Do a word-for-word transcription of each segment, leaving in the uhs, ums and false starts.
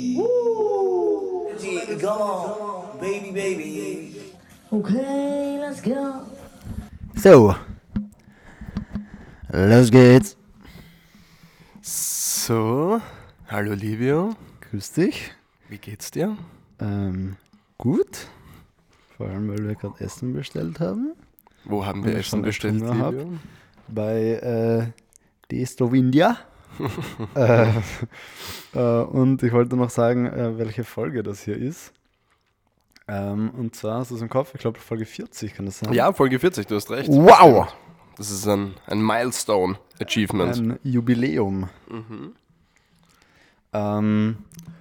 Woo! Come on, baby, baby. Okay, let's go. So, los geht's. So, hallo Livio, Grüß dich. wie geht's dir? Ähm, gut. Vor allem, weil wir gerade Essen bestellt haben. Wo haben Wenn wir ich Essen schon bestellt, Hunger hab. Livio? Bei äh, Destrovindia. äh, äh, und ich wollte noch sagen, äh, welche Folge das hier ist. Ähm, und zwar, hast du es im Kopf? Ich glaube, Folge vierzig kann das sein. Ja, Folge vierzig, du hast recht. Wow! Das ist ein, ein Milestone Achievement. Ein Jubiläum. Mhm. Ähm,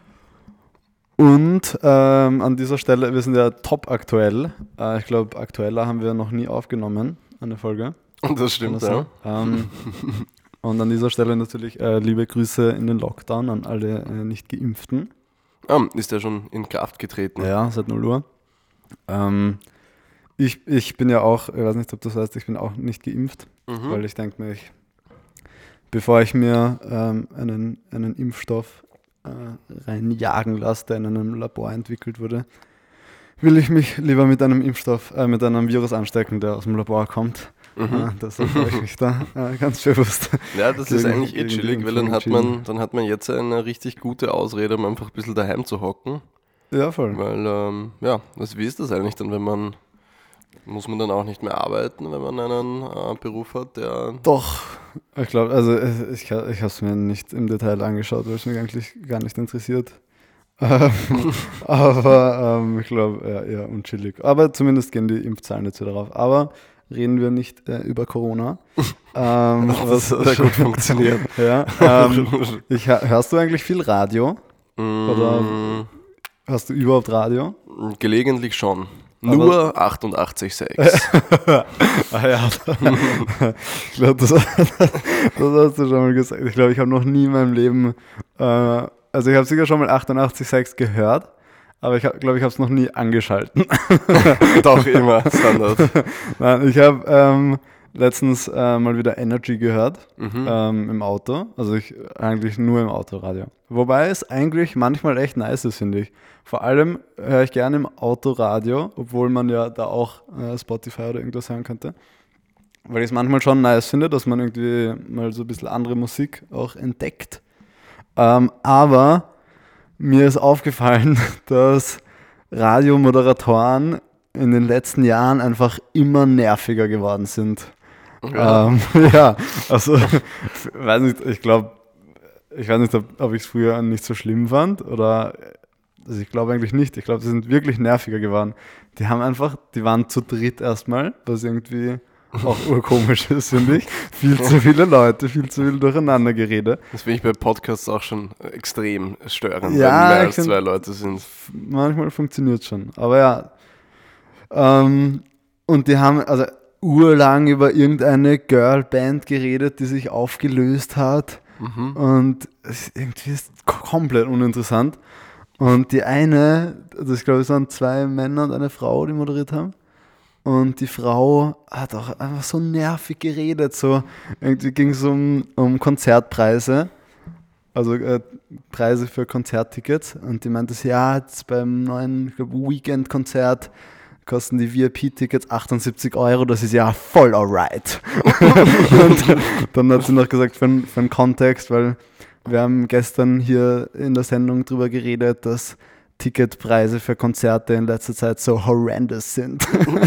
und ähm, an dieser Stelle, wir sind ja top aktuell. Äh, ich glaube, aktueller haben wir noch nie aufgenommen, eine Folge. Und das Kann stimmt, das ja. sein? Ähm, und an dieser Stelle natürlich äh, liebe Grüße in den Lockdown an alle äh, Nicht-Geimpften. Ah, ist der schon in Kraft getreten? Ja, seit null Uhr. Ähm, ich, ich bin ja auch, ich weiß nicht, ob du das weißt, ich bin auch nicht geimpft, Mhm. weil ich denke mir, ich, bevor ich mir ähm, einen, einen Impfstoff äh, reinjagen lasse, der in einem Labor entwickelt wurde, will ich mich lieber mit einem Impfstoff, äh, mit einem Virus anstecken, der aus dem Labor kommt. Mhm. Äh, deshalb habe ich mich da äh, ganz bewusst. Ja, das ist gegen- eigentlich eh gegen die chillig, weil dann Impfung hat, man, entschieden. dann hat man jetzt eine richtig gute Ausrede, um einfach ein bisschen daheim zu hocken. Ja, voll. Weil, ähm, ja, was, wie ist das eigentlich dann, wenn man, muss man dann auch nicht mehr arbeiten, wenn man einen äh, Beruf hat, der... Doch, ich glaube, also äh, ich, ich habe es mir nicht im Detail angeschaut, weil es mich eigentlich gar nicht interessiert. Ähm, aber ähm, ich glaube, ja, eher unchillig. Aber zumindest gehen die Impfzahlen jetzt wieder rauf. Aber reden wir nicht äh, über Corona. Ähm, Das hat ja gut funktioniert. Ja, ähm, ich, hörst du eigentlich viel Radio? Oder Mm, hast du überhaupt Radio? Gelegentlich schon. Aber- Nur achtundachtzig Komma sechs. Ah ja, ich glaube, das, das hast du schon mal gesagt. Ich glaube, ich habe noch nie in meinem Leben, äh, also ich habe sicher schon mal achtundachtzig Komma sechs gehört, aber ich glaube, ich habe es noch nie angeschalten. Doch, immer Standard. Nein, ich habe ähm, letztens äh, mal wieder Energy gehört Mhm. ähm, im Auto, also ich eigentlich nur im Autoradio. Wobei es eigentlich manchmal echt nice ist, finde ich. Vor allem höre ich gerne im Autoradio, obwohl man ja da auch äh, Spotify oder irgendwas hören könnte. Weil ich es manchmal schon nice finde, dass man irgendwie mal so ein bisschen andere Musik auch entdeckt. Ähm, aber mir ist aufgefallen, dass Radiomoderatoren in den letzten Jahren einfach immer nerviger geworden sind. Ja. Ähm, ja, also weiß nicht, ich glaube, ich weiß nicht, ob, ob ich es früher nicht so schlimm fand oder also ich glaube eigentlich nicht. Ich glaube, sie sind wirklich nerviger geworden. Die haben einfach, die waren zu dritt erstmal, was irgendwie auch urkomisch ist, finde ich. Viel zu viele Leute, viel zu viel Durcheinandergerede. Das finde ich bei Podcasts auch schon extrem störend, Ja, wenn mehr ich als find- zwei Leute sind. Manchmal funktioniert es schon, aber ja. Ähm, und die haben also urlang über irgendeine Girlband geredet, die sich aufgelöst hat. Mhm. Und es ist irgendwie ist komplett uninteressant. Und die eine, also ich glaube, es waren zwei Männer und eine Frau, die moderiert haben. Und die Frau hat auch einfach so nervig geredet. So, irgendwie ging es um, um Konzertpreise, also äh, Preise für Konzerttickets. Und die meinte, so, ja, jetzt beim neuen ich glaub, Weekend-Konzert kosten die V I P-Tickets achtundsiebzig Euro, das ist ja voll alright. Und dann hat sie noch gesagt, für, einen- für einen Kontext, weil wir haben gestern hier in der Sendung drüber geredet, dass Ticketpreise für Konzerte in letzter Zeit so horrendous sind.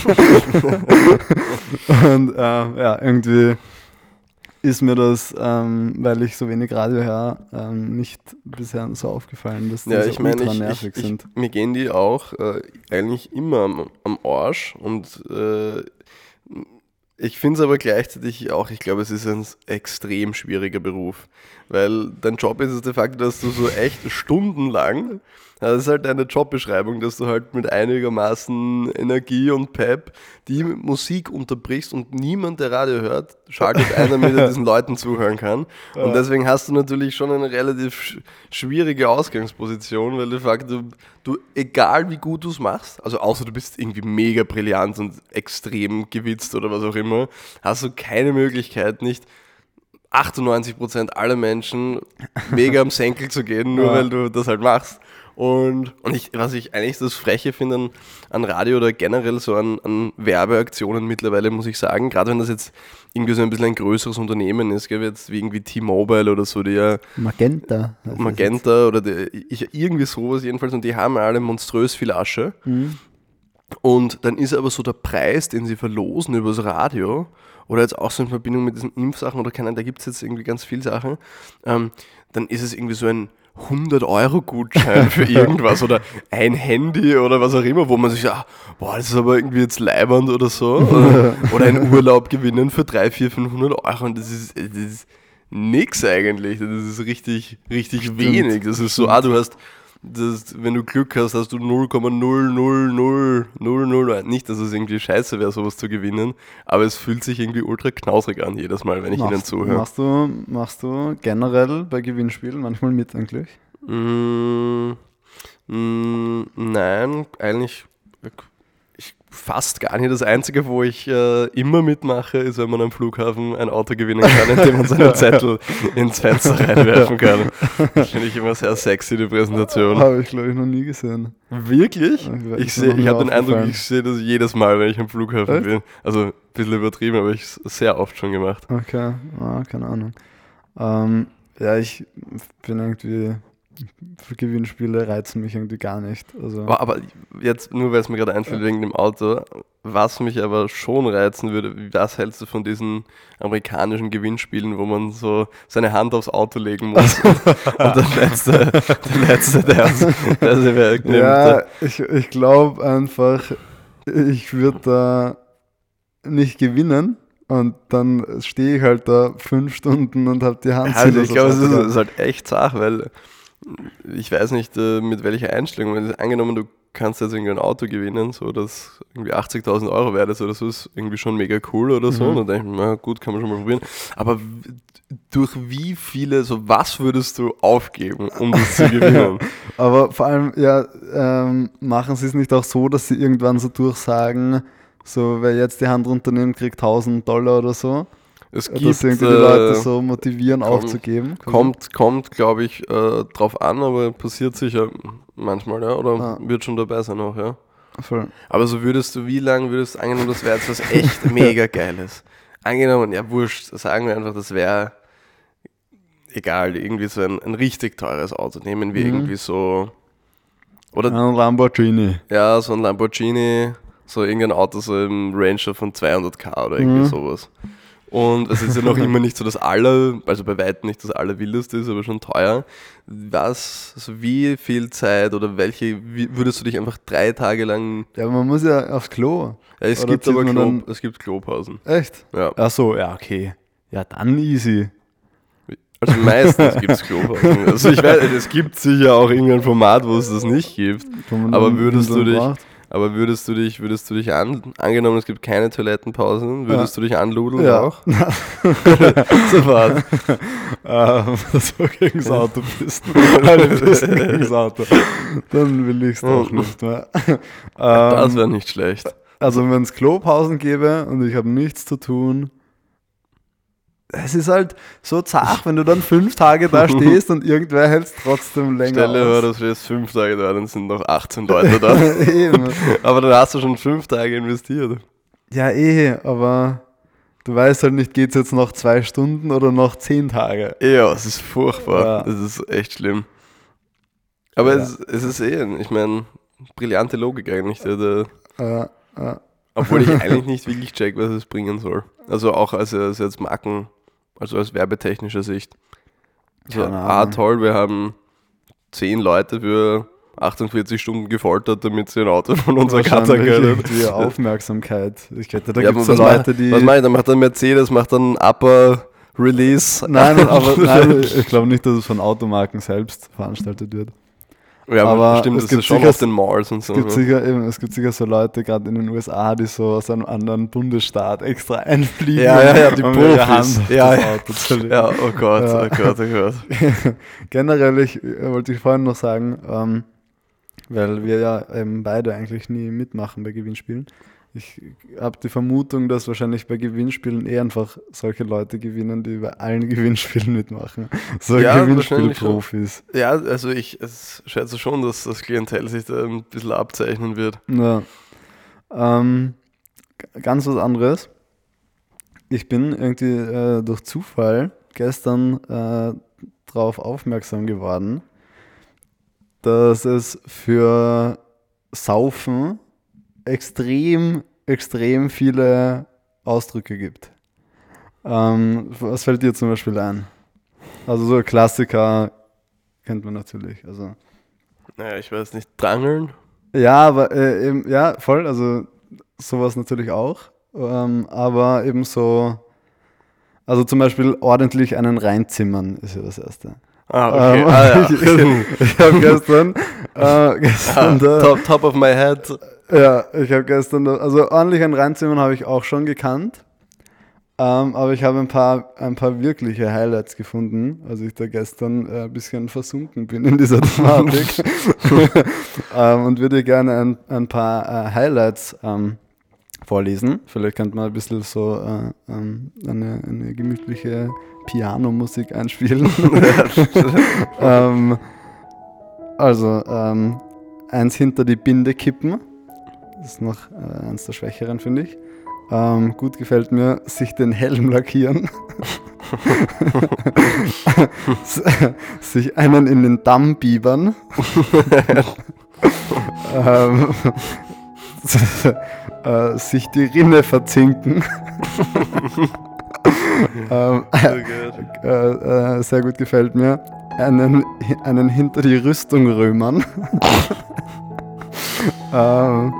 Und äh, ja, irgendwie ist mir das, ähm, weil ich so wenig Radio höre, ähm, nicht bisher so aufgefallen, dass die Ja, so ich meine, ultra ich, nervig ich, ich, sind. mir gehen die auch äh, eigentlich immer am, am Arsch und äh, ich finde es aber gleichzeitig auch, ich glaube, es ist ein extrem schwieriger Beruf, weil dein Job ist es de facto, dass du so echt stundenlang, das ist halt deine Jobbeschreibung, dass du halt mit einigermaßen Energie und Pep die Musik unterbrichst und niemand, der Radio hört, schaltet ein, damit er diesen Leuten zuhören kann. Und deswegen hast du natürlich schon eine relativ sch- schwierige Ausgangsposition, weil de facto du, egal wie gut du es machst, also außer du bist irgendwie mega brillant und extrem gewitzt oder was auch immer, hast du keine Möglichkeit, nicht achtundneunzig Prozent aller Menschen mega am Senkel zu gehen, nur Ja. weil du das halt machst. Und, und ich, was ich eigentlich das Freche finde an, an Radio oder generell so an, an Werbeaktionen mittlerweile, muss ich sagen, gerade wenn das jetzt irgendwie so ein bisschen ein größeres Unternehmen ist, gell, jetzt wie irgendwie T-Mobile oder so, die ja Magenta. heißt das Magenta oder die, ich, irgendwie sowas jedenfalls, und die haben alle monströs viel Asche. jetzt. Mhm. Und dann ist aber so der Preis, den sie verlosen übers Radio, oder jetzt auch so in Verbindung mit diesen Impfsachen oder keine Ahnung, da gibt es jetzt irgendwie ganz viele Sachen, ähm, dann ist es irgendwie so ein hundert-Euro-Gutschein für irgendwas oder ein Handy oder was auch immer, wo man sich sagt, boah, das ist aber irgendwie jetzt leibernd oder so. Oder, oder einen Urlaub gewinnen für dreihundert, vierhundert, fünfhundert Euro, und das ist, das ist nix eigentlich. Das ist richtig, richtig wenig. Das ist so, ah, du hast, das, wenn du Glück hast, hast du null Komma null null null null null. Nicht, dass es irgendwie scheiße wäre, sowas zu gewinnen, aber es fühlt sich irgendwie ultra knausrig an jedes Mal, wenn ich ihnen Machst, zuhöre. machst, du, machst du generell bei Gewinnspielen manchmal mit eigentlich? Mm, mm, nein, eigentlich ich, fast gar nicht. Das Einzige, wo ich äh, immer mitmache, ist, wenn man am Flughafen ein Auto gewinnen kann, indem man seinen Zettel ins Fenster reinwerfen kann. Das finde ich immer sehr sexy, die Präsentation. Habe ich, glaube ich, noch nie gesehen. Wirklich? Ja, Ich, ist seh, mir noch ich nie habe den Eindruck, aufgefallen. ich sehe das jedes Mal, wenn ich am Flughafen Echt? bin. Also ein bisschen übertrieben, aber ich sehr oft schon gemacht. Okay, ah, keine Ahnung. Ähm, ja, ich bin irgendwie, für Gewinnspiele reizen mich irgendwie gar nicht. Also, Aber, aber jetzt, nur weil es mir gerade einfällt wegen dem Auto, was mich aber schon reizen würde, was hältst du von diesen amerikanischen Gewinnspielen, wo man so seine Hand aufs Auto legen muss und, und der Letzte, der Letzte, der, der sie wegnimmt. ja, ich, ich glaube einfach, ich würde da nicht gewinnen. Und dann stehe ich halt da fünf Stunden und habe die Hand. Also ich so glaube, es aufs ist, Auto. es ist halt echt zach, weil ich weiß nicht, äh, mit welcher Einstellung, wenn angenommen, du kannst jetzt irgendwie ein Auto gewinnen, so das irgendwie achtzigtausend Euro wert ist oder so, ist irgendwie schon mega cool oder so. Mhm. Und dann denke ich mir, na gut, kann man schon mal probieren. Aber w- durch wie viele, so was würdest du aufgeben, um das zu gewinnen? Aber vor allem, ja, ähm, machen sie es nicht auch so, dass sie irgendwann so durchsagen, so wer jetzt die Hand runternimmt, kriegt tausend Dollar oder so? Es Dass gibt, sie irgendwie die Leute äh, so motivieren, kommt- aufzugeben. kommt, kommt glaube ich, äh, drauf an, aber passiert sicher manchmal, ja, oder Ah. wird schon dabei sein auch, ja. Voll. Aber so würdest du, wie lange würdest du, angenommen, das wäre jetzt was echt mega Geiles. Angenommen, ja wurscht, sagen wir einfach, das wäre egal, irgendwie so ein, ein richtig teures Auto. Nehmen wir Mhm. irgendwie so, oder Ein Lamborghini. ja, so ein Lamborghini, so irgendein Auto so im Range von zweihunderttausend oder irgendwie Mhm. sowas. Und es ist ja noch immer nicht so das aller, also bei weitem nicht das allerwildeste ist, aber schon teuer. Was, also wie viel Zeit oder welche, wie, würdest du dich einfach drei Tage lang, Ja, aber man muss ja aufs Klo. ja, es Oder gibt zieht aber man Klo, dann- es gibt Klopausen. Echt? Ja. Ach so, ja, okay. Ja, dann easy. Also meistens gibt es Klopausen. Also ich weiß, es gibt sicher auch irgendein Format, wo es das nicht gibt. Wo man Aber dann würdest du Windeln dich, braucht. aber würdest du dich, würdest du dich an, angenommen es gibt keine Toilettenpausen, würdest Ja. du dich anludeln Ja. auch? Sofort. Ähm, so gegen das Auto bist. Alle Pisten gegen das Auto. Dann will ich es doch nicht mehr. Das Ähm, wäre nicht schlecht. also wenn es Klopausen gäbe und ich habe nichts zu tun, es ist halt so zart, wenn du dann fünf Tage da stehst und irgendwer hält es trotzdem länger Stell dir vor, aus. du stehst fünf Tage da, dann sind noch achtzehn Leute da. Eben. Aber dann hast du schon fünf Tage investiert. Ja, eh, aber du weißt halt nicht, geht es jetzt noch zwei Stunden oder noch zehn Tage. Ja, es ist furchtbar. Ja. Das ist echt schlimm. Aber Ja. es, es ist eh, ich meine, brillante Logik eigentlich. Der, der, Äh, äh, obwohl ich eigentlich nicht wirklich check, was es bringen soll. Also auch als, als jetzt Marken, also aus werbetechnischer Sicht. So, Keine ah, Ahnung. toll, wir haben zehn Leute für achtundvierzig Stunden gefoltert, damit sie ein Auto von unserer Katze wahrscheinlich können. irgendwie Aufmerksamkeit. Ich hätte, da Ja, gibt es aber so was, Leute, macht, die... was mache ich? Dann macht dann Mercedes, macht dann Upper Release. Nein, aber nein, ich glaube nicht, dass es von Automarken selbst veranstaltet wird. Ja, aber aber stimmt, es das gibt ist schon sicher- auf den Malls und so. Es gibt, ne? sicher, eben, es gibt sicher so Leute, gerade in den U S A, die so aus einem anderen Bundesstaat extra einfliegen. Ja, ja, ja, die um ihre Hand Profis. auf Ja, das ja. Auto zu legen. Ja, oh Gott, Ja. oh Gott, oh Gott. Generell, ich äh, wollte ich vorhin noch sagen, ähm, weil wir ja eben beide eigentlich nie mitmachen bei Gewinnspielen. ich habe die Vermutung, dass wahrscheinlich bei Gewinnspielen eher einfach solche Leute gewinnen, die bei allen Gewinnspielen mitmachen. So Ja, Gewinnspielprofis. Ja, also ich, es schätze schon, dass das Klientel sich da ein bisschen abzeichnen wird. Ja. Ähm, g- ganz was anderes. Ich bin irgendwie äh, durch Zufall gestern äh, darauf aufmerksam geworden, dass es für Saufen extrem, extrem viele Ausdrücke gibt. Ähm, was fällt dir zum Beispiel ein? Also so Klassiker kennt man natürlich. Also Naja, ich weiß nicht, Drangeln? ja, aber äh, eben, ja, voll, also sowas natürlich auch. Ähm, aber eben so, also zum Beispiel ordentlich einen reinzimmern ist ja das Erste. Ah, okay. Ähm, ah, ja. ich ich habe gestern, äh, gestern ah, da, top, top of my head. ja, ich habe gestern, da, also ordentlich ein Reinzimmern habe ich auch schon gekannt. Ähm, aber ich habe ein paar, ein paar wirkliche Highlights gefunden, als ich da gestern äh, ein bisschen versunken bin in dieser Thematik. ähm, und würde gerne ein, ein paar äh, Highlights ähm, vorlesen. Vielleicht könnte man ein bisschen so äh, ähm, eine, eine gemütliche Pianomusik einspielen. ähm, also, ähm, eins hinter die Binde kippen. Das ist noch äh, eins der Schwächeren, finde ich. Ähm, gut gefällt mir, sich den Helm lackieren. Sich einen in den Damm biebern. ähm, äh, sich die Rinne verzinken. ähm, äh, äh, sehr gut gefällt mir. Einen, einen hinter die Rüstung römern. ähm,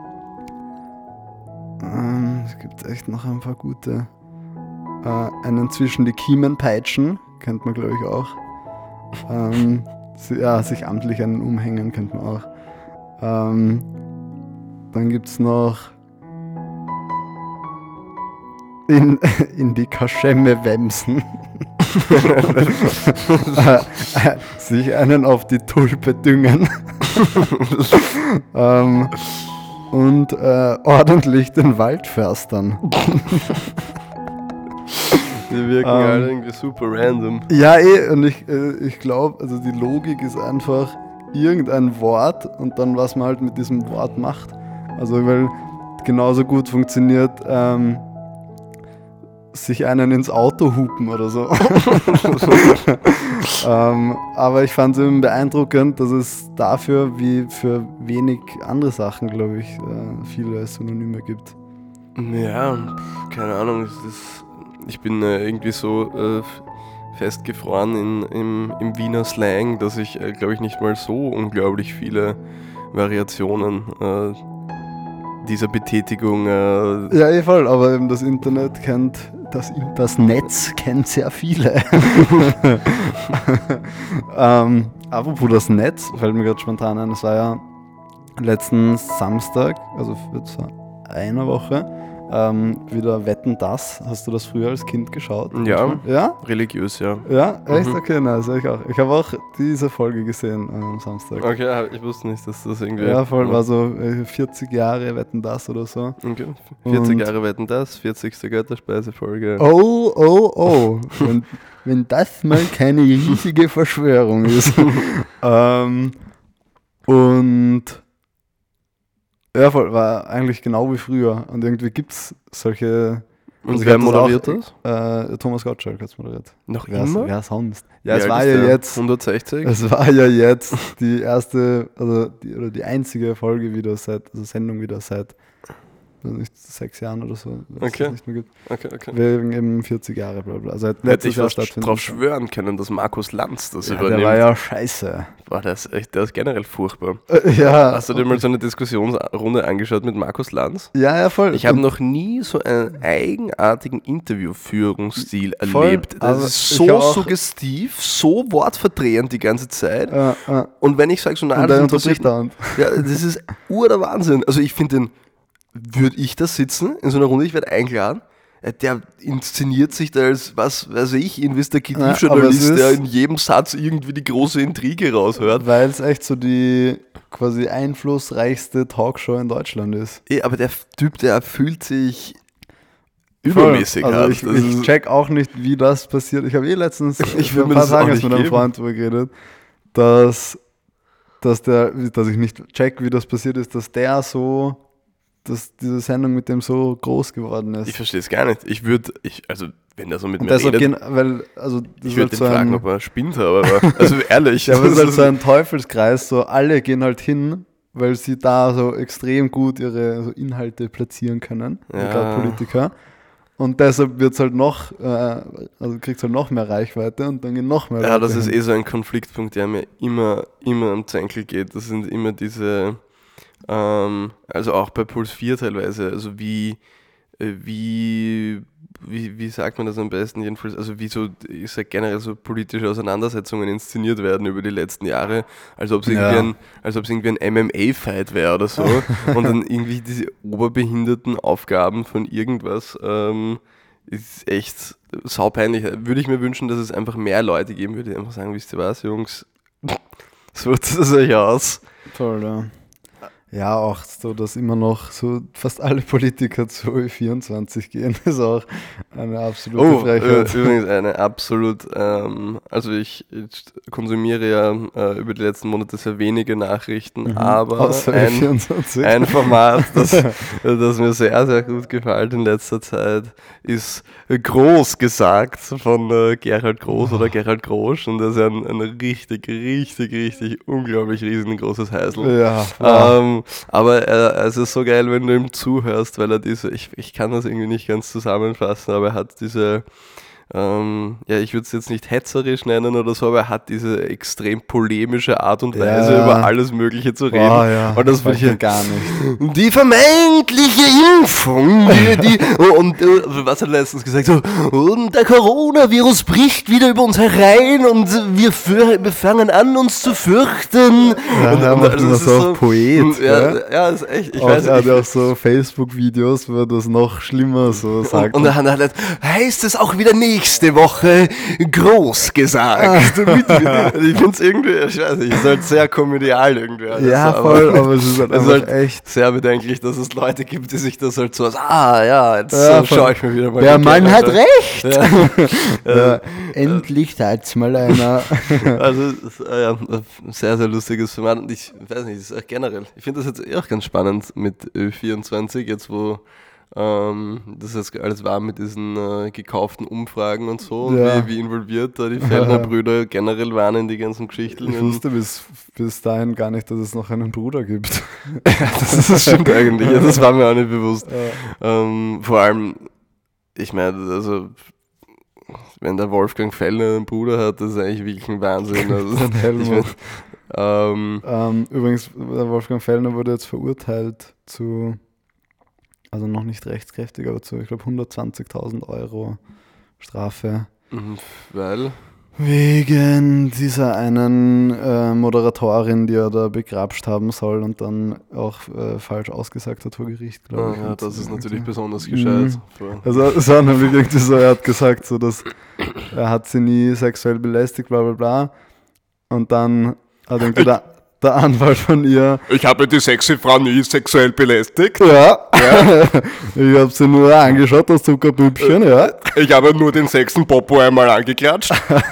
ähm, es gibt echt noch ein paar gute. Äh, einen zwischen die Kiemen peitschen, kennt man glaube ich auch. Ähm, si- ja, sich amtlich einen umhängen kennt man auch. Ähm, dann gibt es noch in, in die Kaschemme wemsen. äh, äh, sich einen auf die Tulpe düngen. ähm, und äh, ordentlich den Wald förstern. Die wirken Ähm, alle irgendwie super random. Ja, eh, und ich, äh, ich glaube, also die Logik ist einfach irgendein Wort und dann, was man halt mit diesem Wort macht. Also, weil genauso gut funktioniert, ähm, sich einen ins Auto hupen oder so. ähm, aber ich fand es eben beeindruckend, dass es dafür wie für wenig andere Sachen, glaube ich, äh, viele Synonyme gibt. Ja, pf, keine Ahnung. Es ist, ich bin äh, irgendwie so äh, festgefroren in, im, im Wiener Slang, dass ich, äh, glaube ich, nicht mal so unglaublich viele Variationen äh, dieser Betätigung. Äh, Ja, eh voll, aber eben das Internet kennt, das, In- das Netz kennt sehr viele. ähm, apropos das Netz, fällt mir gerade spontan ein, es war ja letzten Samstag, also vor einer Woche, ähm, wieder Wetten, das. Hast du das früher als Kind geschaut? Ja. Ja? religiös, ja. Ja, echt? Mhm. Okay, nice, ich auch. Ich habe auch diese Folge gesehen äh, am Samstag. Okay, ich wusste nicht, dass das irgendwie. Ja, voll, war so äh, vierzig Jahre Wetten, das oder so. Okay. vierzig Und- Jahre Wetten das, vierzigste Götterspeisefolge. Oh, oh, oh. Wenn, wenn das mal keine riesige Verschwörung ist. ähm, und ja, voll, war eigentlich genau wie früher. Und irgendwie gibt es solche. Und also ich wer hab das moderiert auch, das? Äh, Thomas Gottschalk hat es moderiert. Noch Wer, immer? wer sonst? Ja, Wie es alt war ist ja der? jetzt. hundertsechzig? Es war ja jetzt die erste, also die, oder die einzige Folge wieder seit, also Sendung wieder seit weiß nicht, sechs Jahren oder so, dass Okay. es nicht mehr gibt. Okay, okay. Wegen eben vierzig Jahre, bla bla. Also seit Hätte letztes ich Jahr fast stattfindet. drauf schwören können, dass Markus Lanz das Ja, übernimmt. der war ja scheiße. Boah, das ist echt, der ist generell furchtbar. Äh, ja, Hast du dir mal so eine Diskussionsrunde angeschaut mit Markus Lanz? ja, ja, voll. Ich habe Und- noch nie so einen eigenartigen Interviewführungsstil Voll, erlebt. Das aber ist ich so hab auch- suggestiv, so wortverdrehend die ganze Zeit. äh, äh, Und wenn ich sage, so na, und das der interessiert unterbricht dauernd. ja, das ist ur der Wahnsinn. Also ich finde den, würde ich da sitzen in so einer Runde, ich werde eingeladen, äh, der inszeniert sich da als, was weiß ich, Ja, aber Investigativjournalist, es ist- der in jedem Satz irgendwie die große Intrige raushört. Weil es echt so die quasi einflussreichste Talkshow in Deutschland ist. Eh, aber der Typ, der fühlt sich übermäßig also hart. ich, Das ich ist- check auch nicht, wie das passiert. Ich habe eh letztens Ich vor will ein mir paar das auch Tagen nicht erst mit einem geben. Freund darüber geredet, dass, dass der, dass ich nicht check, wie das passiert ist, dass der so, dass diese Sendung mit dem so groß geworden ist. Ich verstehe es gar nicht. Ich würde, ich, also wenn der so mit Und mir deshalb redet, gehen, weil, also das ich ist würde halt den so fragen, ein, ob er spinnt, aber, also ehrlich. ja, aber es ist halt das so ein Teufelskreis, so alle gehen halt hin, weil sie da so extrem gut ihre so Inhalte platzieren können, Ja. gerade Politiker. Und deshalb wird es halt noch, äh, also kriegt es halt noch mehr Reichweite und dann gehen noch mehr Ja, Leute das ist hin. eh so ein Konfliktpunkt, der mir immer, immer am Zenkel geht. Das sind immer diese, ähm, also auch bei Puls vier teilweise, also wie, äh, wie, wie, wie sagt man das am besten jedenfalls, also wie so, ich sag generell so politische Auseinandersetzungen inszeniert werden über die letzten Jahre, als ob es irgendwie, Ja. ein, als ob es irgendwie ein M M A-Fight wäre oder so. Und dann irgendwie diese oberbehinderten Aufgaben von irgendwas, ähm, ist echt saupeinlich. Würde ich mir wünschen, dass es einfach mehr Leute geben würde, die einfach sagen, wisst ihr was, Jungs, sucht es euch aus. Toll, ja. Ja, auch so, dass immer noch so fast alle Politiker zu Ö vierundzwanzig gehen, ist auch eine absolute Oh, äh, Frechheit. übrigens eine absolut, ähm, also ich, ich konsumiere ja äh, über die letzten Monate sehr wenige Nachrichten, aber Mhm. Außer Ö ein, vierundzwanzig. ein Format, das, das mir sehr, sehr gut gefällt in letzter Zeit, ist Groß gesagt von äh, Gerhard Groß oder Gerhard Grosch, und das ist ja ein, ein richtig, richtig, richtig unglaublich riesengroßes Heißel. Ja, wow. Ähm, aber er, es ist so geil, wenn du ihm zuhörst, weil er diese, ich, ich kann das irgendwie nicht ganz zusammenfassen, aber er hat diese, ähm, ja, ich würde es jetzt nicht hetzerisch nennen oder so, aber er hat diese extrem polemische Art und Weise, Ja. über alles Mögliche zu reden. Wow, ja. Und das Gefällt finde mir ich gar nicht. die vermeintliche Impfung, die, die, und äh, was hat er letztens gesagt? So, und der Coronavirus bricht wieder über uns herein und wir, für, wir fangen an, uns zu fürchten. Ja, und, er und, macht also immer das so ist auf Poet, Ja, gell? ja, ist echt. Ich Auch, weiß er hat nicht. ja auch so Facebook-Videos, wo er das noch schlimmer so Und, sagt. und dann hat er, heißt es auch wieder nächste Woche groß gesagt. Mit- ich finde es irgendwie, ich weiß nicht, es ist halt sehr komödial irgendwie. alles, ja, voll, aber es ist halt es ist einfach halt echt. sehr bedenklich, dass es Leute gibt, die sich das halt so, ah ja, jetzt Ja, äh, voll. schaue ich mir wieder mal Der die Mann Gerhard hat an. recht! Ja. Ja, endlich sagt's mal einer. Also, es ist, äh, ja, ein sehr, sehr lustiges Format, und ich weiß nicht, es ist auch generell, ich finde das jetzt eh auch ganz spannend mit Ö vierundzwanzig, jetzt wo ähm, das jetzt alles war mit diesen äh, gekauften Umfragen und so, und Ja. wie, wie involviert da die Fellner Brüder generell waren in die ganzen Geschichten. Ich wusste bis, bis dahin gar nicht, dass es noch einen Bruder gibt. das, das stimmt eigentlich, ja, das war mir auch nicht bewusst. Ja. Ähm, vor allem, ich meine, also wenn der Wolfgang Fellner einen Bruder hat, das ist eigentlich wirklich ein Wahnsinn. Also, Dann Helmut. ich mein, ähm, Ähm, übrigens, der Wolfgang Fellner wurde jetzt verurteilt zu, also noch nicht rechtskräftig, aber zu, ich glaube, hundertzwanzigtausend Euro Strafe. mhm, weil, Wegen dieser einen äh, Moderatorin, die er da begrapscht haben soll und dann auch äh, falsch ausgesagt hat vor Gericht, ah, glaube ich. ja, Und das ist irgendwie- natürlich besonders Mhm. gescheit. Vor- Also es war nämlich irgendwie so, er hat gesagt, so dass er hat sie nie sexuell belästigt, bla bla bla. Und dann hat irgendwie der, der Anwalt von ihr, Ich habe die sexy Frau nie sexuell belästigt. ja, ich habe sie nur angeschaut, das Zuckerbübchen, ja. Ich habe nur den sechsten Popo einmal angeklatscht.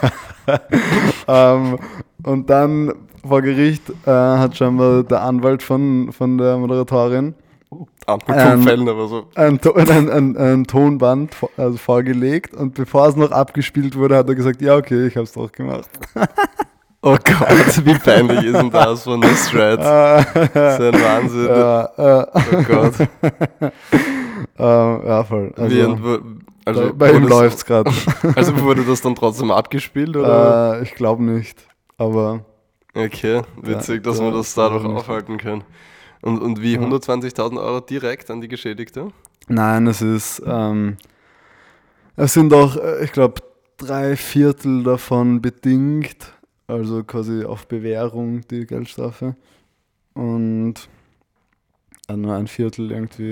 Ähm, und dann vor Gericht äh, hat scheinbar der Anwalt von, von der Moderatorin Anfang Ähm, vom Fällen, aber so. ein, To- ein, ein, ein Tonband vor- also vorgelegt und bevor es noch abgespielt wurde, hat er gesagt, ja okay, ich habe es doch gemacht. Oh Gott, wie peinlich ist denn das von den Strats? Das ist ein Wahnsinn. Äh, äh, Oh Gott. äh, ja, voll. Also, Wie, und wo- also, bei, bei ihm wurde läuft es gerade. es- Also wurde das dann trotzdem abgespielt, oder? äh, ich glaube nicht, aber Okay, witzig, dass da- man das da dadurch nicht. aufhalten kann. Und, und wie, hundertzwanzigtausend Euro direkt an die Geschädigte? nein, es ist, ähm, es sind auch, äh, ich glaube, drei Viertel davon bedingt, also quasi auf Bewährung die Geldstrafe und äh, nur ein Viertel irgendwie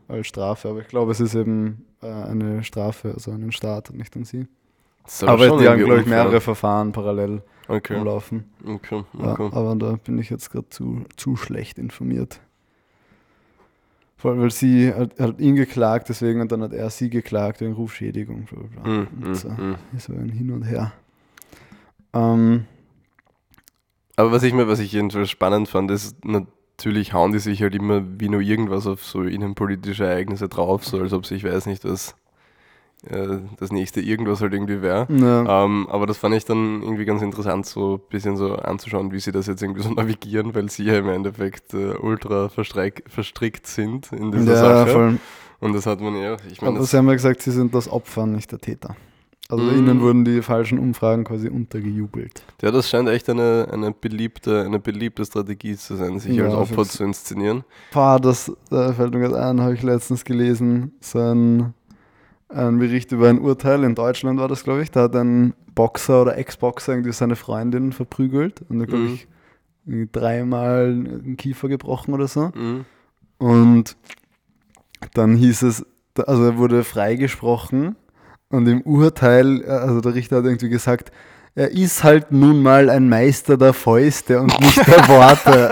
als Strafe. Aber ich glaube, es ist eben äh, eine Strafe, also an den Staat und nicht an sie. Das ist Aber schon die haben, irgendwie glaube ich, unfair. mehrere Verfahren parallel Okay, am Laufen. okay, Ja, okay. aber da bin ich jetzt gerade zu, zu schlecht informiert. Vor allem, weil sie hat, hat ihn geklagt, deswegen, und dann hat er sie geklagt wegen Rufschädigung. Bla bla bla. Mm, und so, mm, mm. so ein Hin und Her. Ähm, Aber was ich mir, was ich jedenfalls spannend fand, ist, natürlich hauen die sich halt immer wie nur irgendwas auf so innenpolitische Ereignisse drauf, so als ob sich, ich weiß nicht, was äh, das nächste irgendwas halt irgendwie wäre. ja. Ähm, aber das fand ich dann irgendwie ganz interessant, so ein bisschen so anzuschauen, wie sie das jetzt irgendwie so navigieren, weil sie ja im Endeffekt äh, ultra verstreik- verstrickt sind in dieser ja, Sache. voll. Und das hat man ja, ich meine, Aber das sie haben ja gesagt, sie sind das Opfer, nicht der Täter. Also Mm. ihnen wurden die falschen Umfragen quasi untergejubelt. ja, das scheint echt eine, eine, beliebte, eine beliebte Strategie zu sein, sich Ja, als Opfer fix. zu inszenieren. Pah, das äh, fällt mir gerade ein, habe ich letztens gelesen, so ein, ein Bericht über ein Urteil, in Deutschland war das, glaube ich, da hat ein Boxer oder Ex-Boxer irgendwie seine Freundin verprügelt und da, glaube Mhm. ich, irgendwie dreimal den Kiefer gebrochen oder so. Mhm. Und dann hieß es, da- also er wurde freigesprochen und im Urteil, äh, also der Richter hat irgendwie gesagt, er ist halt nun mal ein Meister der Fäuste und nicht der Worte.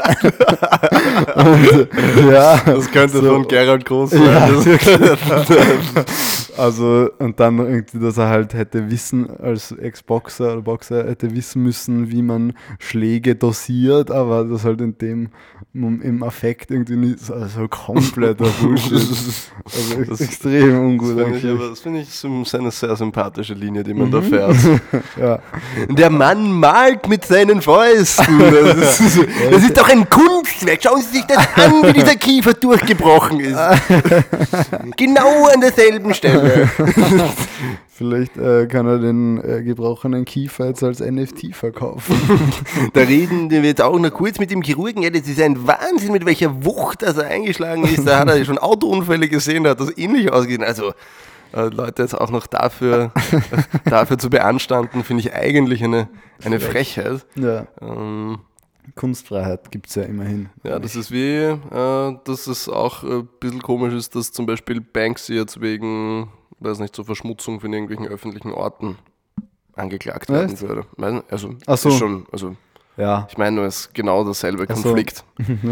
und, ja, Das könnte so- von Gerald Groß sein. Ja, Das- also, und dann irgendwie, dass er halt hätte wissen, als Ex-Boxer oder Boxer hätte wissen müssen, wie man Schläge dosiert, aber das halt in dem, im Affekt irgendwie nicht, also kompletter Bullshit. Also ex- Das- extrem ungut Das finde ich, eigentlich. aber- das finde ich so eine sehr sympathische Linie, die man Mhm. da fährt. Ja. Der Mann malt mit seinen Fäusten. Das ist, das ist doch ein Kunstwerk. Schauen Sie sich das an, wie dieser Kiefer durchgebrochen ist. Genau an derselben Stelle. Vielleicht äh, kann er den äh, gebrochenen Kiefer jetzt als N F T verkaufen. Da reden wir jetzt auch noch kurz mit dem Chirurgen. Ja, das ist ein Wahnsinn, mit welcher Wucht das er eingeschlagen ist. Da hat er schon Autounfälle gesehen, da hat das ähnlich ausgesehen. Also äh, Leute jetzt auch noch dafür, dafür zu beanstanden, finde ich eigentlich eine, eine Frechheit. Ja. Ähm, Kunstfreiheit gibt es ja immerhin. Ja, das ist wie, äh, dass es auch ein bisschen komisch ist, dass zum Beispiel Banksy jetzt wegen, weiß nicht, zur Verschmutzung von irgendwelchen öffentlichen Orten angeklagt werden Echt? würde. Weiß nicht, Also, Ach so. ist schon, also Ja. ich meine nur, es ist genau derselbe Ach so. Konflikt.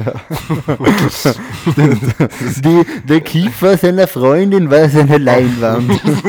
Die, der Kiefer seiner Freundin war seine Leinwand.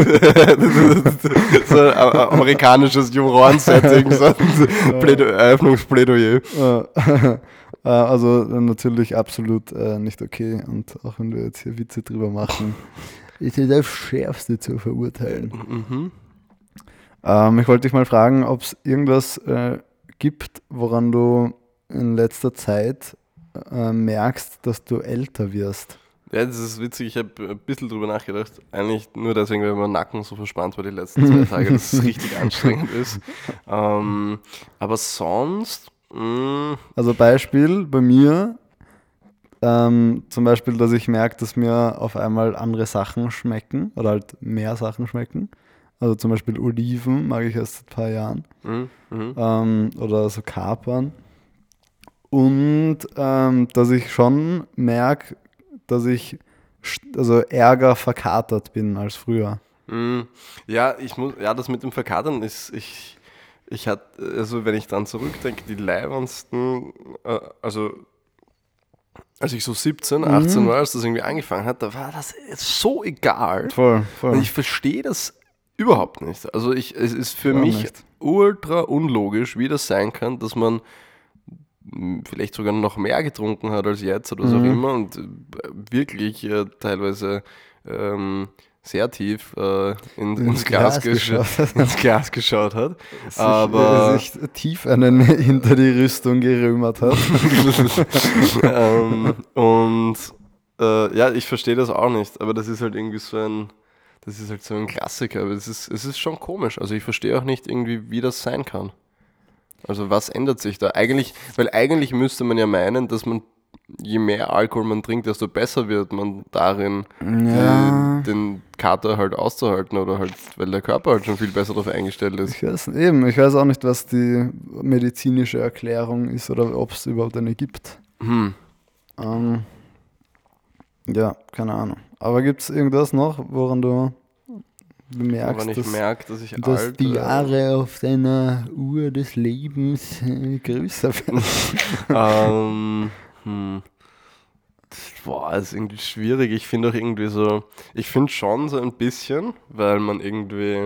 So ein a- amerikanisches Juroren-Setting, so ein Plädo- Eröffnungsplädoyer. Äh, äh, also äh, natürlich absolut äh, nicht okay. Und auch wenn wir jetzt hier Witze drüber machen, ist es aufs Schärfste zu verurteilen. Mhm. Ähm, ich wollte dich mal fragen, ob es irgendwas äh, gibt, woran du in letzter Zeit äh, merkst, dass du älter wirst. Ja, das ist witzig, ich habe ein bisschen drüber nachgedacht. Eigentlich nur deswegen, weil mein Nacken so verspannt war die letzten zwei Tage, dass es richtig anstrengend ist. Ähm, aber sonst, mh, Also Beispiel bei mir, ähm, zum Beispiel, dass ich merke, dass mir auf einmal andere Sachen schmecken oder halt mehr Sachen schmecken. Also zum Beispiel Oliven mag ich erst seit ein paar Jahren. mh, mh. Ähm, oder so Kapern. Und ähm, dass ich schon merke, dass ich st- also ärger verkatert bin als früher. Mm, Ja, ich muss, ja, das mit dem Verkatern ist, ich, ich hatte, also wenn ich dran zurückdenke, die leibendsten, äh, also als ich so siebzehn, achtzehn war, als das irgendwie angefangen hat, da war das so egal. Voll, voll. Und ich verstehe das überhaupt nicht. Also ich, es ist für Gar mich nicht. ultra unlogisch, wie das sein kann, dass man mh, vielleicht sogar noch mehr getrunken hat als jetzt oder so auch Mhm. immer und äh, wirklich äh, teilweise ähm, sehr tief äh, in, ins, Glas, Glas gescha- geschaut. ins Glas geschaut hat. Sich, aber- äh, sich tief einen hinter die Rüstung gerümmert hat. ähm, und äh, ja, ich verstehe das auch nicht, aber das ist halt irgendwie so ein, das ist halt so ein Klassiker, aber es ist, es ist schon komisch. Also ich verstehe auch nicht irgendwie, wie das sein kann. Also was ändert sich da? Eigentlich, weil eigentlich müsste man ja meinen, dass man, je mehr Alkohol man trinkt, desto besser wird man darin, Ja. äh, den Kater halt auszuhalten oder halt, weil der Körper halt schon viel besser darauf eingestellt ist. Ich weiß, eben, ich weiß auch nicht, was die medizinische Erklärung ist oder ob es überhaupt eine gibt. Hm. Ähm, Ja, keine Ahnung. Aber gibt es irgendwas noch, woran du bemerkst, Wenn ich dass, merke, dass ich dass alt die werde. Jahre auf deiner Uhr des Lebens äh, größer werden? ähm, hm. Boah, das ist irgendwie schwierig. Ich finde auch irgendwie so, ich finde schon so ein bisschen, weil man irgendwie,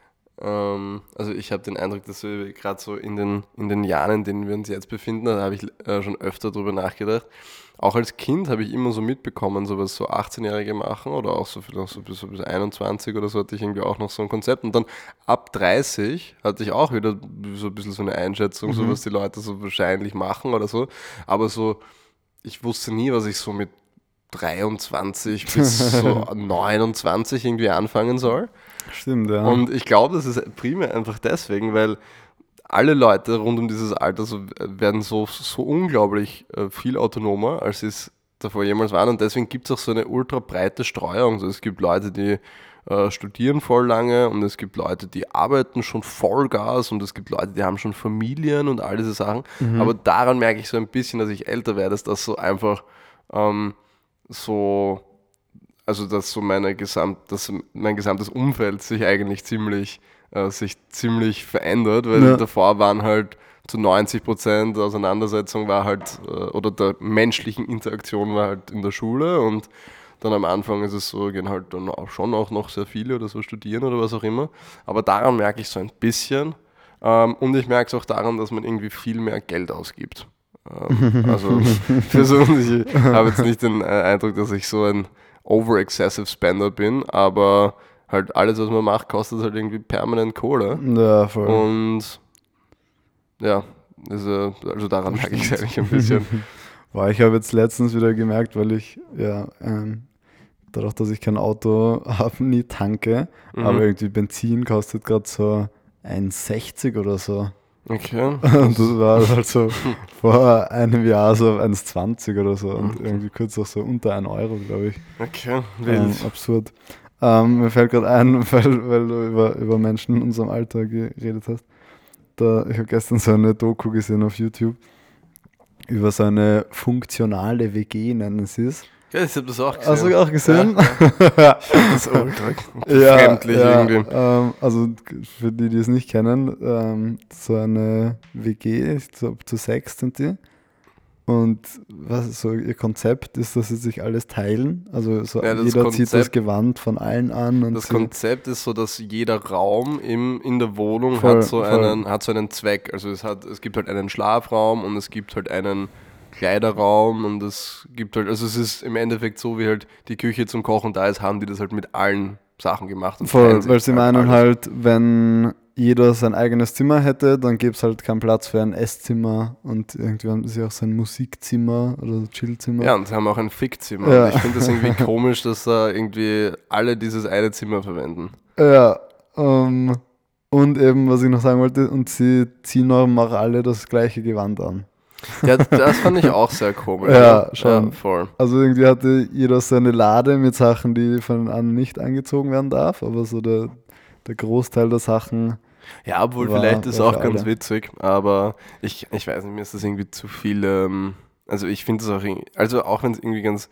ähm, also ich habe den Eindruck, dass wir gerade so in den, in den Jahren, in denen wir uns jetzt befinden, da habe ich äh, schon öfter drüber nachgedacht. Auch als Kind habe ich immer so mitbekommen, so was so achtzehnjährige machen oder auch so vielleicht so bis, so bis einundzwanzig oder so hatte ich irgendwie auch noch so ein Konzept. Und dann ab dreißig hatte ich auch wieder so ein bisschen so eine Einschätzung, so was die Leute so wahrscheinlich machen oder so. Aber so, ich wusste nie, was ich so mit dreiundzwanzig bis so neunundzwanzig irgendwie anfangen soll. Stimmt, ja. Und ich glaube, das ist primär einfach deswegen, weil alle Leute rund um dieses Alter so, werden so, so unglaublich äh, viel autonomer, als sie es davor jemals waren. Und deswegen gibt es auch so eine ultra breite Streuung. Also es gibt Leute, die äh, studieren voll lange und es gibt Leute, die arbeiten schon Vollgas und es gibt Leute, die haben schon Familien und all diese Sachen. Aber daran merke ich so ein bisschen, dass ich älter werde, dass das so einfach ähm, so, also dass so meine Gesamt, dass mein gesamtes Umfeld sich eigentlich ziemlich äh, sich ziemlich verändert, weil Ja. davor waren halt zu neunzig Prozent der Auseinandersetzung war halt, äh, oder der menschlichen Interaktion war halt in der Schule und dann am Anfang ist es so, gehen halt dann auch schon auch noch sehr viele oder so studieren oder was auch immer. Aber daran merke ich so ein bisschen. Ähm, und ich merke es auch daran, dass man irgendwie viel mehr Geld ausgibt. Ähm, also für so, ich habe jetzt nicht den äh, Eindruck, dass ich so ein over-excessive Spender bin, aber halt alles, was man macht, kostet halt irgendwie permanent Kohle. Ja, voll. Und ja, also, also daran merke ich es eigentlich ein bisschen. Boah, ich habe jetzt letztens wieder gemerkt, weil ich ja ähm, dadurch, dass ich kein Auto habe, nie tanke, Mhm. aber irgendwie Benzin kostet gerade so eins sechzig oder so. Okay. Und das war halt so vor einem Jahr so eins zwanzig oder so und irgendwie kurz auch so unter ein Euro, glaube ich. Okay, Ähm, wild. absurd. Ähm, mir fällt gerade ein, weil, weil du über, über Menschen in unserem Alter geredet hast. Da, ich habe gestern so eine Doku gesehen auf YouTube über so eine funktionale W G, nennen sie es. Ja, ich habe das auch gesehen. Hast du auch gesehen? Ja, ich fand das ultra Ja, befremdlich ja, irgendwie. ähm, also für die, die es nicht kennen, ähm, so eine W G, ich glaube zu sechs sind die. Und was so ihr Konzept ist, dass sie sich alles teilen. Also so Ja, das jeder zieht das Konzept- Gewand von allen an. Und Das sie, Konzept ist so, dass jeder Raum im, in der Wohnung Voll, hat, so voll. einen, hat so einen Zweck. Also es, hat, es gibt halt einen Schlafraum und es gibt halt einen Kleiderraum und es gibt halt, also es ist im Endeffekt so, wie halt die Küche zum Kochen da ist, haben die das halt mit allen Sachen gemacht. Und teilen voll, sich weil sie meinen alles. halt, wenn jeder sein eigenes Zimmer hätte, dann gäbe es halt keinen Platz für ein Esszimmer und irgendwie haben sie auch so ein Musikzimmer oder Chillzimmer. Ja, und sie haben auch ein Fickzimmer. Ja. Und ich finde das irgendwie komisch, dass da irgendwie alle dieses eine Zimmer verwenden. Ja, ähm, und eben, was ich noch sagen wollte, und sie ziehen auch alle das gleiche Gewand an. Ja, das fand ich auch sehr komisch. Ja, schon. Ja, voll. Also irgendwie hatte jeder so eine Lade mit Sachen, die von den anderen nicht angezogen werden darf, aber so der, der Großteil der Sachen. Ja, obwohl War- vielleicht ist war auch für ganz alle. witzig, aber ich, ich weiß nicht, mir ist das irgendwie zu viel, ähm, also ich finde es auch, irgendwie- also auch wenn es irgendwie ganz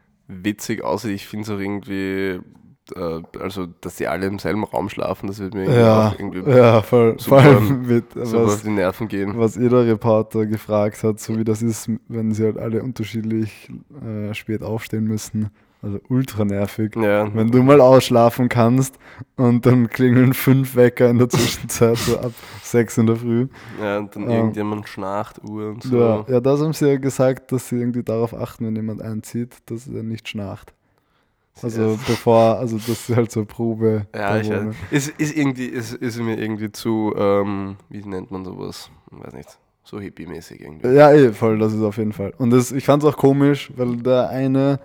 witzig aussieht, ich finde es auch irgendwie, äh, also dass die alle im selben Raum schlafen, das wird mir irgendwie Ja, auch irgendwie ja, voll, super- vor allem mit, super auf was, die Nerven gehen. was jeder Reporter gefragt hat, so wie das ist, wenn sie halt alle unterschiedlich äh, spät aufstehen müssen. Also ultra nervig. Ja, Wenn du mal ausschlafen kannst und dann klingeln fünf Wecker in der Zwischenzeit, so ab sechs in der Früh. ja, und dann ähm, irgendjemand schnarcht Uhr und so. Ja, ja, das haben sie ja gesagt, dass sie irgendwie darauf achten, wenn jemand einzieht, dass er nicht schnarcht. Also Ja. bevor, also das ist halt so Probe. Ja, ich weiß. Bewohner. Ist, ist, irgendwie, ist, ist mir irgendwie zu, ähm, wie nennt man sowas? Ich weiß nicht, so hippie-mäßig irgendwie. Ja, eh, voll, das ist auf jeden Fall. Und das, ich fand es auch komisch, weil der eine,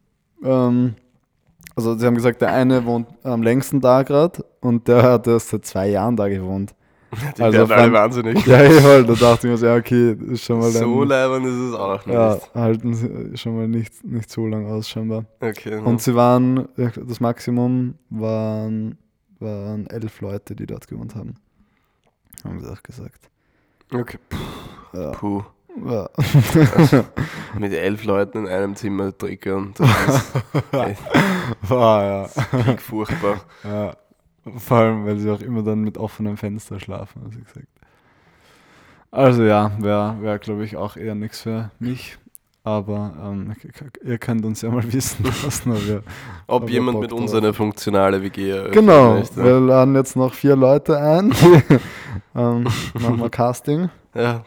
ähm, also sie haben gesagt, der eine wohnt am längsten da gerade und der hat erst seit zwei Jahren da gewohnt. Die Also werden alle fand- wahnsinnig. Ja, eh, voll, da dachte ich mir so, ja, okay, ist schon mal So ein, leibend ist es auch nicht. ja, halten sie schon mal nicht, nicht so lang aus, scheinbar. Okay. Und sie waren, ja, das Maximum waren, waren elf Leute, die dort gewohnt haben. Haben sie auch gesagt. okay. Ja. Puh. Ja. Mit elf Leuten in einem Zimmer triggern. Das ist echt War, ja. peak furchtbar. ja. Vor allem, weil sie auch immer dann mit offenem Fenster schlafen, hast du gesagt. Also ja, wäre, wär, glaube ich, auch eher nichts für mich. Aber ähm, ihr könnt uns ja mal wissen lassen, ob, wir, Ob, ob jemand Bock mit uns drauf eine hat. funktionale W G eröffnet Genau, möchte. wir laden jetzt noch vier Leute ein. Die, ähm, machen wir Casting. Ja.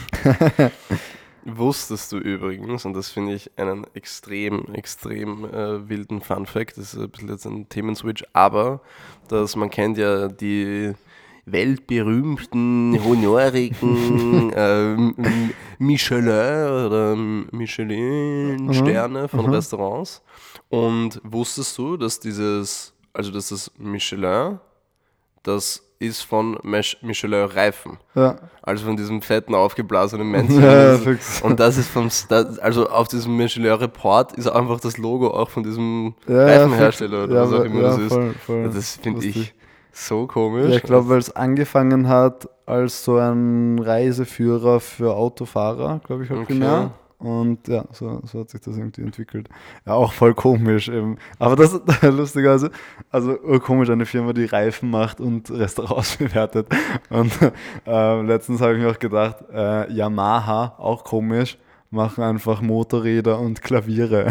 Wusstest du übrigens, und das finde ich einen extrem, extrem äh, wilden Funfact, das ist ein bisschen jetzt ein Themenswitch, aber dass man kennt ja die weltberühmten, honorigen ähm, Michelin oder Michelin-Sterne von Mhm. Restaurants. Und wusstest du, dass dieses, also dass das Michelin, das ist von Mich- Michelin-Reifen. Ja. Also von diesem fetten, aufgeblasenen Männchen. Ja, Das ist- fix. und das ist vom, das, also auf diesem Michelin-Report ist einfach das Logo auch von diesem Ja, Reifenhersteller fix. oder Ja, was auch immer ja, das ist. voll, voll. Das finde ich Lustig. so komisch. Ja, ich glaube, weil es angefangen hat als so ein Reiseführer für Autofahrer, glaube ich, halt Okay. primär. Und ja, so, so hat sich das irgendwie entwickelt. Ja, auch voll komisch eben. Aber das ist lustigerweise, also urkomisch, eine Firma, die Reifen macht und Restaurants bewertet. Und äh, letztens habe ich mir auch gedacht, äh, Yamaha, auch komisch, machen einfach Motorräder und Klaviere.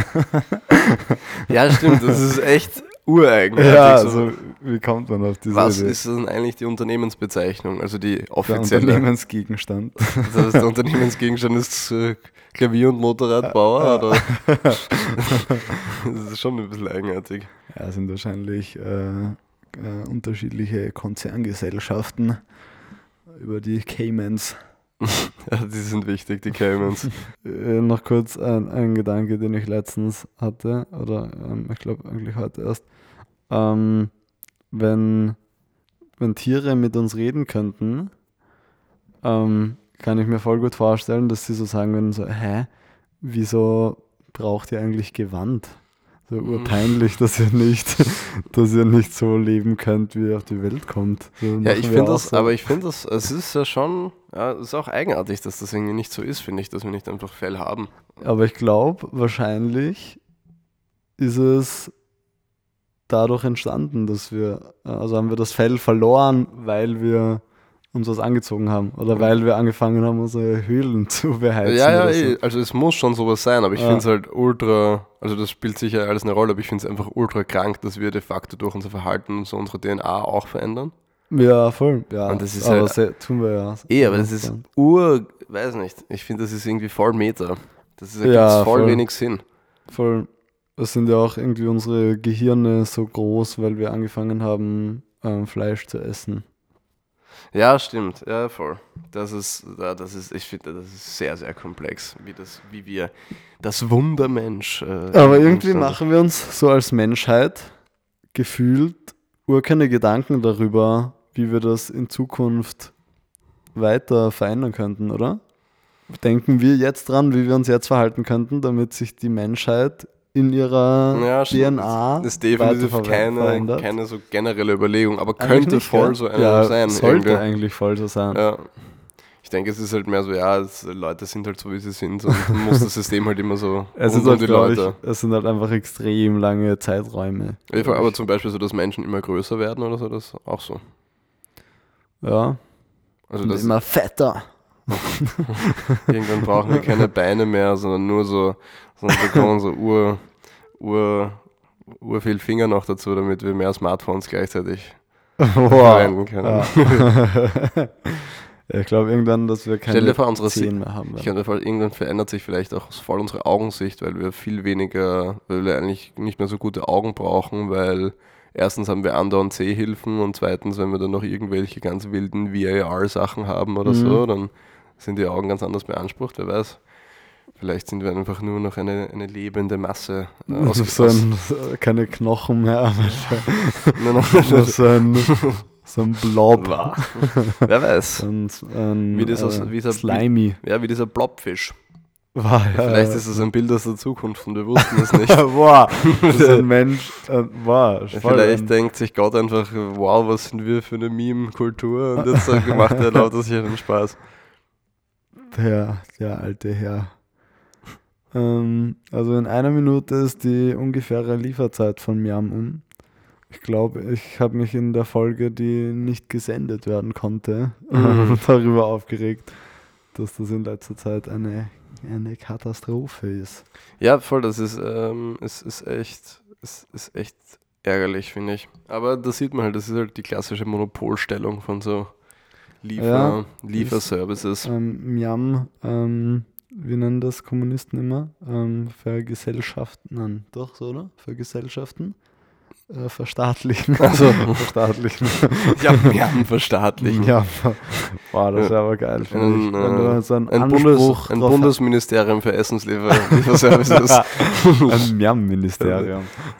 Ja, stimmt, das ist echt ureigenartig. Ja, so. also wie kommt man auf diese Was Idee? ist denn eigentlich die Unternehmensbezeichnung? Also die Der offizielle. Unternehmensgegenstand. Das heißt, der Unternehmensgegenstand ist äh, Klavier- und Motorradbauer, Ja. oder? Das ist schon ein bisschen eigenartig. Ja, sind wahrscheinlich äh, äh, unterschiedliche Konzerngesellschaften über die Caymans. Ja, die sind wichtig, die Caymans. Äh, noch kurz ein, ein Gedanke, den ich letztens hatte, oder ähm, ich glaube eigentlich heute erst. Ähm, wenn, wenn Tiere mit uns reden könnten, ähm, kann ich mir voll gut vorstellen, dass sie so sagen würden, so, hä, wieso braucht ihr eigentlich Gewand? So urpeinlich, dass ihr nicht, dass ihr nicht so leben könnt, wie ihr auf die Welt kommt. So Ja, machen ich wir finde auch das, so. aber ich finde das, es ist ja schon, ja, es ist auch eigenartig, dass das irgendwie nicht so ist, finde ich, dass wir nicht einfach Fell haben. Aber ich glaube, wahrscheinlich ist es dadurch entstanden, dass wir, also haben wir das Fell verloren, weil wir uns was angezogen haben oder weil wir angefangen haben, unsere Höhlen zu beheizen. Ja, ja, oder so. eh, also es muss schon sowas sein, aber ich Ja. finde es halt ultra, also das spielt sicher alles eine Rolle, aber ich finde es einfach ultra krank, dass wir de facto durch unser Verhalten und so unsere D N A auch verändern. Ja, voll. Ja, Und das ist aber halt- sehr, tun wir ja. Eh, aber das ist ur, weiß nicht, ich finde, das ist irgendwie voll Meta. Das ist, da Ja, gibt's voll voll. wenig Sinn. voll. Es sind ja auch irgendwie unsere Gehirne so groß, weil wir angefangen haben, ähm, Fleisch zu essen. Ja, stimmt, ja, voll. Das ist, ja, das ist, ich finde, das ist sehr, sehr komplex, wie das, wie wir das Wundermensch. Äh, Aber in irgendwie uns- machen wir uns so als Menschheit gefühlt ur keine Gedanken darüber, wie wir das in Zukunft weiter verändern könnten, oder? Denken wir jetzt dran, wie wir uns jetzt verhalten könnten, damit sich die Menschheit in ihrer Ja, D stimmt. N A Das ist definitiv weiter ver- keine, verändert. keine so generelle Überlegung, aber Eigentlich könnte nicht, voll gell? so eine ja, sein. Sollte irgendwie. eigentlich voll so sein. Ja. Ich denke, es ist halt mehr so, ja, es, Leute sind halt so, wie sie sind und dann muss das System halt immer so Es, rund ist um halt, die glaub ich, Leute. es sind halt einfach extrem lange Zeiträume. Ja, glaub aber ich. zum Beispiel so, dass Menschen immer größer werden oder so, das ist auch so. Ja, Also und das, immer fetter. irgendwann brauchen wir keine Beine mehr, sondern nur so, sondern wir bekommen so ur, ur, ur viel Finger noch dazu, damit wir mehr Smartphones gleichzeitig verwenden können. Ja. Ja, ich glaube irgendwann, dass wir keine Stell dir vor, unsere Zehen mehr haben Ich werden. kann mir vorstellen, irgendwann verändert sich vielleicht auch voll unsere Augensicht, weil wir viel weniger, weil wir eigentlich nicht mehr so gute Augen brauchen, weil erstens haben wir andauernd Sehhilfen und zweitens, wenn wir dann noch irgendwelche ganz wilden V A R-Sachen haben oder Mhm. so, dann sind die Augen ganz anders beansprucht, wer weiß. Vielleicht sind wir einfach nur noch eine, eine lebende Masse. Äh, aus, so ein, keine Knochen mehr, Nein, nur so ein, so ein Blob. Wow. Wer weiß. Und ein, Wie das aus- äh, wie so- Slimy. Ja, wie dieser Blobfisch. Wow, ja, Vielleicht ja. ist es ein Bild aus der Zukunft und wir wussten es nicht. wow, das ist ein Mensch. Äh, wow, voll Vielleicht ein- denkt sich Gott einfach, wow, was sind wir für eine Meme-Kultur und jetzt äh, macht er lauter sich einen Spaß. Der, der alte Herr. Ähm, also in einer Minute ist die ungefähre Lieferzeit von Miam um. Ich glaube, ich habe mich in der Folge, die nicht gesendet werden konnte, Mhm. darüber aufgeregt, dass das in letzter Zeit eine, eine Katastrophe ist. Ja, voll, das ist, ähm, ist, ist echt, ist, ist echt ärgerlich, finde ich. Aber da sieht man halt, das ist halt die klassische Monopolstellung von so Liefer, Ja, Lieferservices. Ähm, Miam, ähm, wie nennen das Kommunisten immer? Ähm, Vergesellschaften, nein, doch so, oder? Vergesellschaften? Äh, verstaatlichen. Also, verstaatlichen. ja, Miam verstaatlichen. Ja, boah, das wäre aber geil, finde Ein, ich. Wenn du äh, so einen ein, Anspruch Bundes, ein drauf Bundesministerium für Essenslieferservices. hast. Ein Miam-Ministerium.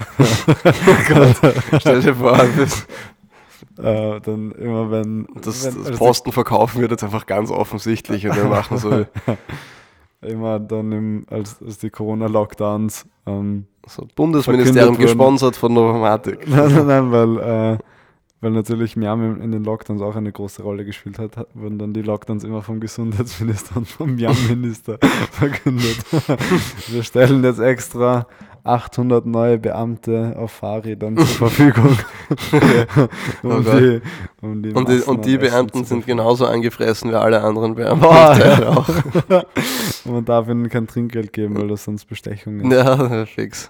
Stell dir vor, das, äh, dann immer wenn... das, wenn das also Posten verkaufen wird jetzt einfach ganz offensichtlich und wir machen so, immer dann, im, als, als die Corona-Lockdowns... Ähm, so Bundesministerium Verkündet wurden. gesponsert von Novomatic. Nein, nein, nein, weil, äh, weil natürlich Miam in in den Lockdowns auch eine große Rolle gespielt hat, hat- wurden dann die Lockdowns immer vom Gesundheitsminister und vom Miam-Minister verkündet. Wir stellen jetzt extra achthundert neue Beamte auf Fahrrädern zur Verfügung, um, Oh Gott. die, um die Und die, Massen und die an Essen Beamten zu sind verfügen. genauso angefressen wie alle anderen Beamten. Boah, Ja, ja. auch. Und man darf ihnen kein Trinkgeld geben, weil das sonst Bestechung ist. Ja, fix.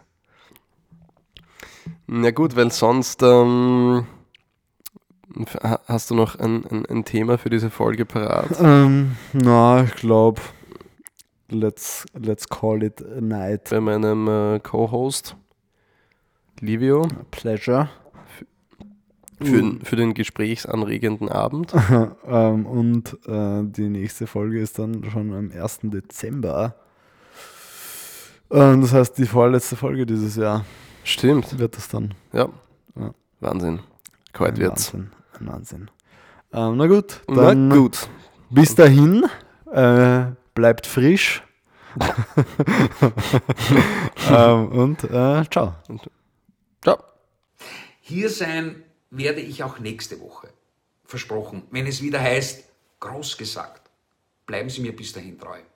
Na gut, weil sonst ähm, ha- hast du noch ein, ein, ein Thema für diese Folge parat? Ähm, na, ich glaube, let's, let's call it a night. Bei meinem äh, Co-Host Livio Pleasure. für, den- für den gesprächsanregenden Abend. ähm, und äh, die nächste Folge ist dann schon am ersten Dezember. Ähm, das heißt, die vorletzte Folge dieses Jahr Stimmt, wird das dann. ja. Ja. Wahnsinn. Kalt Ein wird's. Wahnsinn. Ein Wahnsinn. Ähm, na gut, Na dann gut. bis dahin. Äh, bleibt frisch. ähm, und äh, ciao. Ciao. Hier sein werde ich auch nächste Woche. Versprochen, wenn es wieder heißt, groß gesagt. Bleiben Sie mir bis dahin treu.